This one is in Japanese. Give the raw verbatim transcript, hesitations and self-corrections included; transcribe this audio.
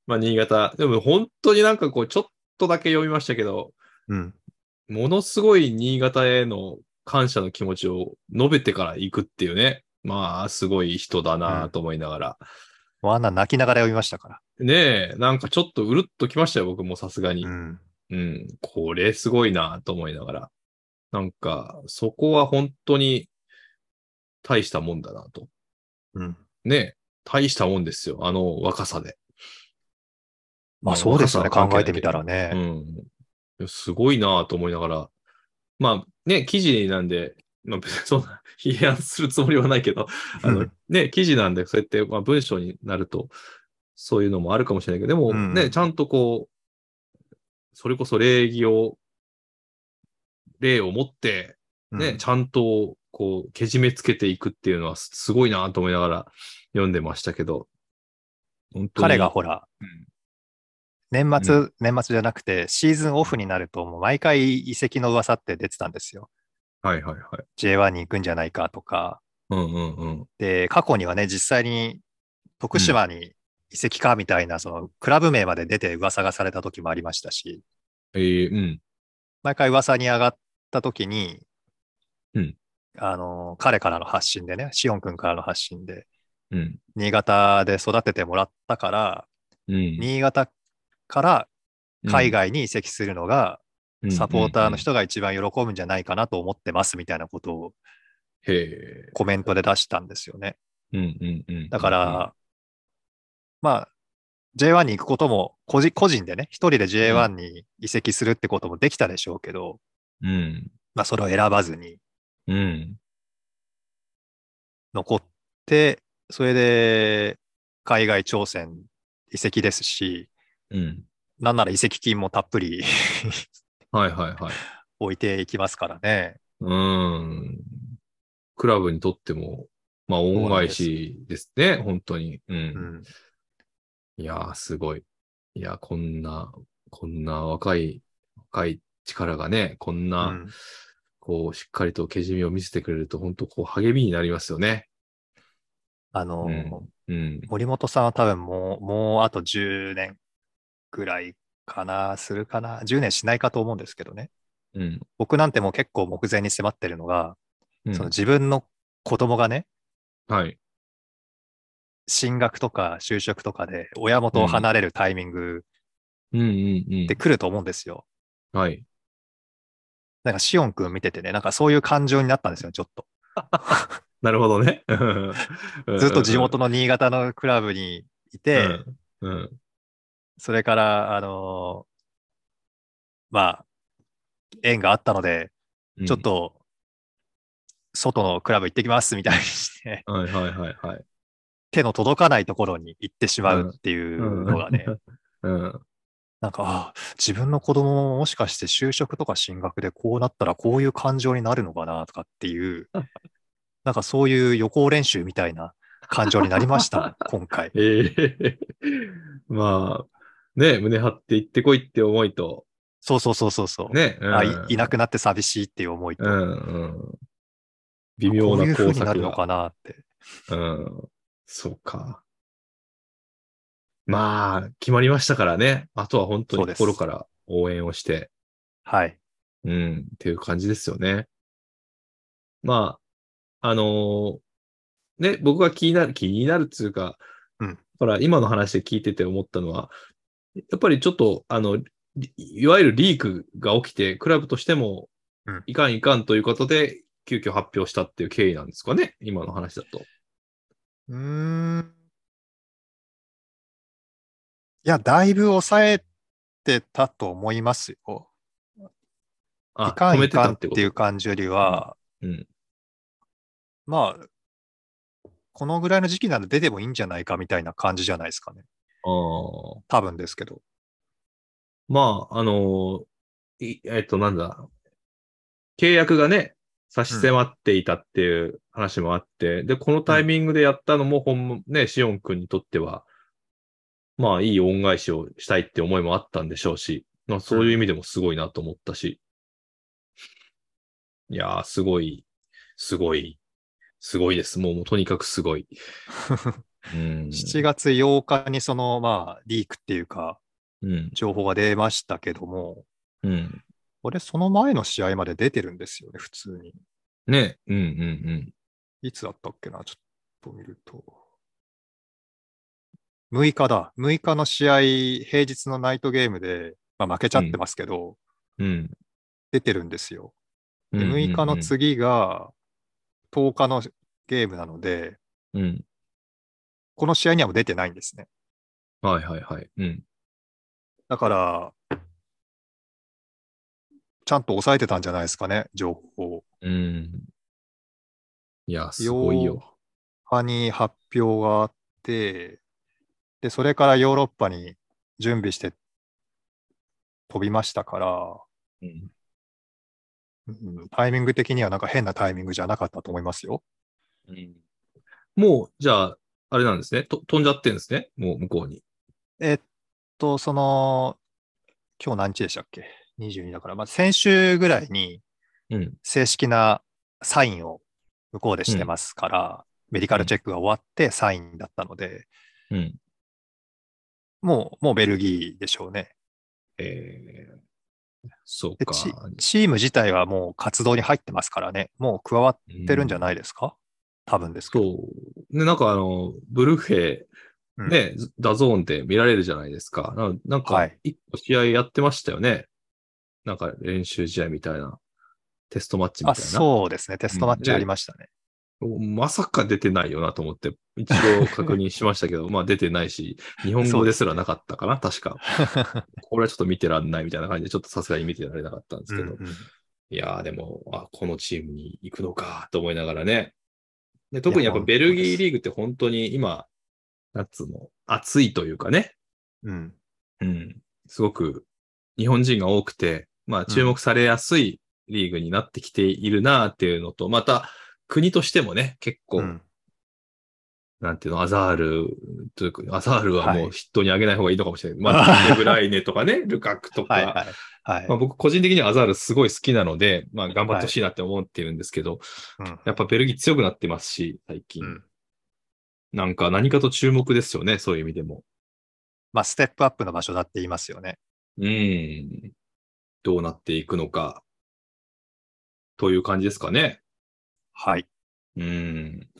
まあ、新潟。でも本当になんかこう、ちょっとだけ読みましたけど、 うん。 ものすごい新潟への感謝の気持ちを述べてから行くっていうね。まあ、すごい人だうん。 なと思いながら。 もうあんな泣きながら読みましたから。 ねえ、なんかちょっとうるっときましたよ、僕もさすがに。 うん。 うん、これすごいなと思いながら。なんか、そこは本当に大したもんだなと。 うん。 ねえ、大したもんですよ、あの若さで。 まあまあ、 そうですよね。 若さは関考えてみた係ないけど。 らね。 うん。いやすごいなと思いながら。まあね、記事なんで、まあ別にそんな批判するつもりはないけど、あのね、記事なんで、そうやってまあ文章になると、そういうのもあるかもしれないけど、でうんうもね、ちゃん。 んとこう、それこそ礼儀を、礼を持って、ね、 うん。 ちゃんとこう、けじめつけていくっていうのはすすごいなと思いながら読んでましたけど、本当に、 彼がほら、 うん、 年うん、 末、年末じゃなくて、シーズンオフになると、もう毎回移籍の噂って出てたんですよ。 はいはいはい。 ジェイワン に行くんじゃないかとか。 うんうんうん。 で、過去にはね、実際に徳うん。 島に移籍かみたいな、そのクラブ名まで出て噂がされた時もありましたし、 えー、うん。 毎回噂に上がった時に、 うん。 あの、彼からの発信でね、シオン君からの発信で、 うん。 新潟で育ててもらったから、 うん。 新潟から海うん。 外に移籍するのが、 うん。 サポーターのうん。 人が一番喜ぶんじゃないかなと思ってますみたいなことをへえ。 コメントで出したんですよね。 うん。うん。うん。 だうん。うん。 から、まあ、ジェイワン に行くことも個人、個人でね、一人でうん。 ジェイワン に移籍するってこともできたでしょうけど、 うん。 まあ、それを選ばずにうん。 残って、それで海外挑戦移籍ですし、 うん。 なんなら移籍金もたっぷりはいはいはい。 置いていきますからね。 うーん。クラブにとっても、まあ、恩返そうなんです。 しですね。本当に。うん。 うん。 いやー、すごい。いや、こんな、こんな若い、若い力がね、こんな、 うん。 こう、しっかりとけじめを見せてくれると、本当こう、励みになりますよね。 あうん。 の、 うん。 森本さんは多分もう、もうあとじゅうねんぐらいかな、するかな。じゅうねんしないかと思うんですけどね。 うん。 僕なんてもう結構目前に迫ってるのが、そのうん。 自分の子供がね、 はい。 進学とか就職とかで親元をうん。 離れるタイミングうんうんうってん。 来ると思うんですよ。 はい。 なんかシオン君見ててね、なんかそういう感情になったんですよ、ちょっと。 なるほどね。うんうんずっと地うん元の新潟のクラブにいて、 うん。うん。 それから、あのーまあ、縁があったので、 うん。 ちょっと外のクラブ行ってきますみたいにして、 はいはいはいはい。 手の届かないところに行ってしまうっうん。 ていううん。 のがね、 うん。 なんか、ああ、自分の子供ももしかして就職とか進学でこうなったらこういう感情になるのかなとかっていう、なんかそういう予行練習みたいな感情になりましたもん、今回。 ええまあ、ね、胸張って行ってこいって思いと、 そうそうそうそうそう。 ね、うあ、い、いなくん。 なって寂しいっていう思いうと、 ん。うん。微あこういう妙な交風になるの錯が。 かなって。 うん。そうか。まあ、決まりましたからね。あとは本当にそうです。 心から応援をして、 はい。 うん、っていう感じですよね。まあ、あのーね、僕が気になる、気になるっていうか、 うん。 ほら、今の話で聞いてて思ったのは、やっぱりちょっと、あの、いいわゆるリークが起きて、クラブとしてもうん。 いかんいかんということで、急遽発表したっていう経緯なんですかね、今の話だと。 うーん。いや、だいぶ抑えてたと思いますよ。いあ、 かんい止めてかんっていうたってこと。 感じよりうん。 は、 うん。 まあ、このぐらいの時期なら出てもいいんじゃないかみたいな感じじゃないですかね。 ああ。 多分ですけど。 まあ、あのいえっと、なんだ、契約がね、差しうん。 迫っていたっていう話もあって、で、このうん。 タイミングでやったのも、ほん、ね、シオン君にとっては、まあ、いい恩返しをしたいって思いもあったんでしょうし、まあ、 うん。 そういう意味でもすごいなと思ったし、いやー、すごい、すごい、すごいです。もう、もうとにかくすごい。 うん。 しちがつようかにその、まあ、リークっていうか、 うん。 情報が出ましたけども、 うん。 俺、その前の試合まで出てるんですよね、普通に。 ね。うん。うん。 いつだったっけな、ちょっと見ると。むいかだ。むいかの試合、平日のナイトゲームで、まあ、負けちうん。 ゃってますけど、 うん。 出てるんですよ。 うん。 で、 うん。 むいかのうん。 次がとおかのゲームなので、 うん。 この試合にはもう出てないんですね。 はいはいはい。うん。 だから、ちゃんと抑えてたんじゃないですかね、情報を。 うん。いや、すごい 8 よ。 日に発表があって、で、それからヨーロッパに準備して飛びましたから、 うん。 うん、タイミング的にはなんか変なタイミングじゃなかったと思いますよ。 うん、もう、じゃあ、あれなんですね。と飛んじゃってんですね。もう向こうに。 えっと、その、今日何日でしたっけ？ にじゅうに だから、まあ、先週ぐらいにうん。 正式なサインを向こうでうん。 してますから、メディカうん。 ルチェックが終わってサインだったので、 うん。 もう、もうベルギーでしょうね。 えー、そうで、チ、 か。 チーム自体はもう活動に入ってますからね。もう加わっうてるんじゃないん。 ですか？多分ですけど。 そう。ね、なんかあの、ブルフェ、 うん。 ね、ダゾーンで見られるじゃないですか。な、なんか、 はい。 一個試合やってましたよね。なんか練習試合みたいな、テストマッチみあ、 たいな。 そうですね。テうん。 ストマッチありで、 ましたね。 まさか出てないよなと思って、一度確認しましたけど、まあ出てないし、日本語ですらなそうですね。 かったかな、確か。これはちょっと見てらんないみたいな感じで、ちょっとさすがに見てられなかったんですうんうけど。 ん。 いやーでも、あ、このチームに行くのかと思いながらね。で、 いや、 特にやっぱ本ベル当です。 ギーリーグって本当に今、なんつうの、熱いというかね。 うん。 うん。すごく日本人が多くて、まあ注目うん。 されやすいリーグになってきているなっていうのと、また国としてもね、結構うん。 なんていうの、アザールというか、アザールはもうはい。 筆頭に挙げない方がいいのかもしれない。まあ、デブラあイネとかね、ルカクとか、 はいはい。はい。 まあ僕個人的にはアザールすごい好きなので、まあ頑張ってはい。 ほしいなって思ってるんですけど、 うん。 やっぱベルギー強くなってますし、最近。 うん。 なんか何かと注目ですよね、そういう意味でも。 まあ、ステップアップの場所だって言いますよね。 うん。どうなっていくのか、という感じですかね。 はい。 うん。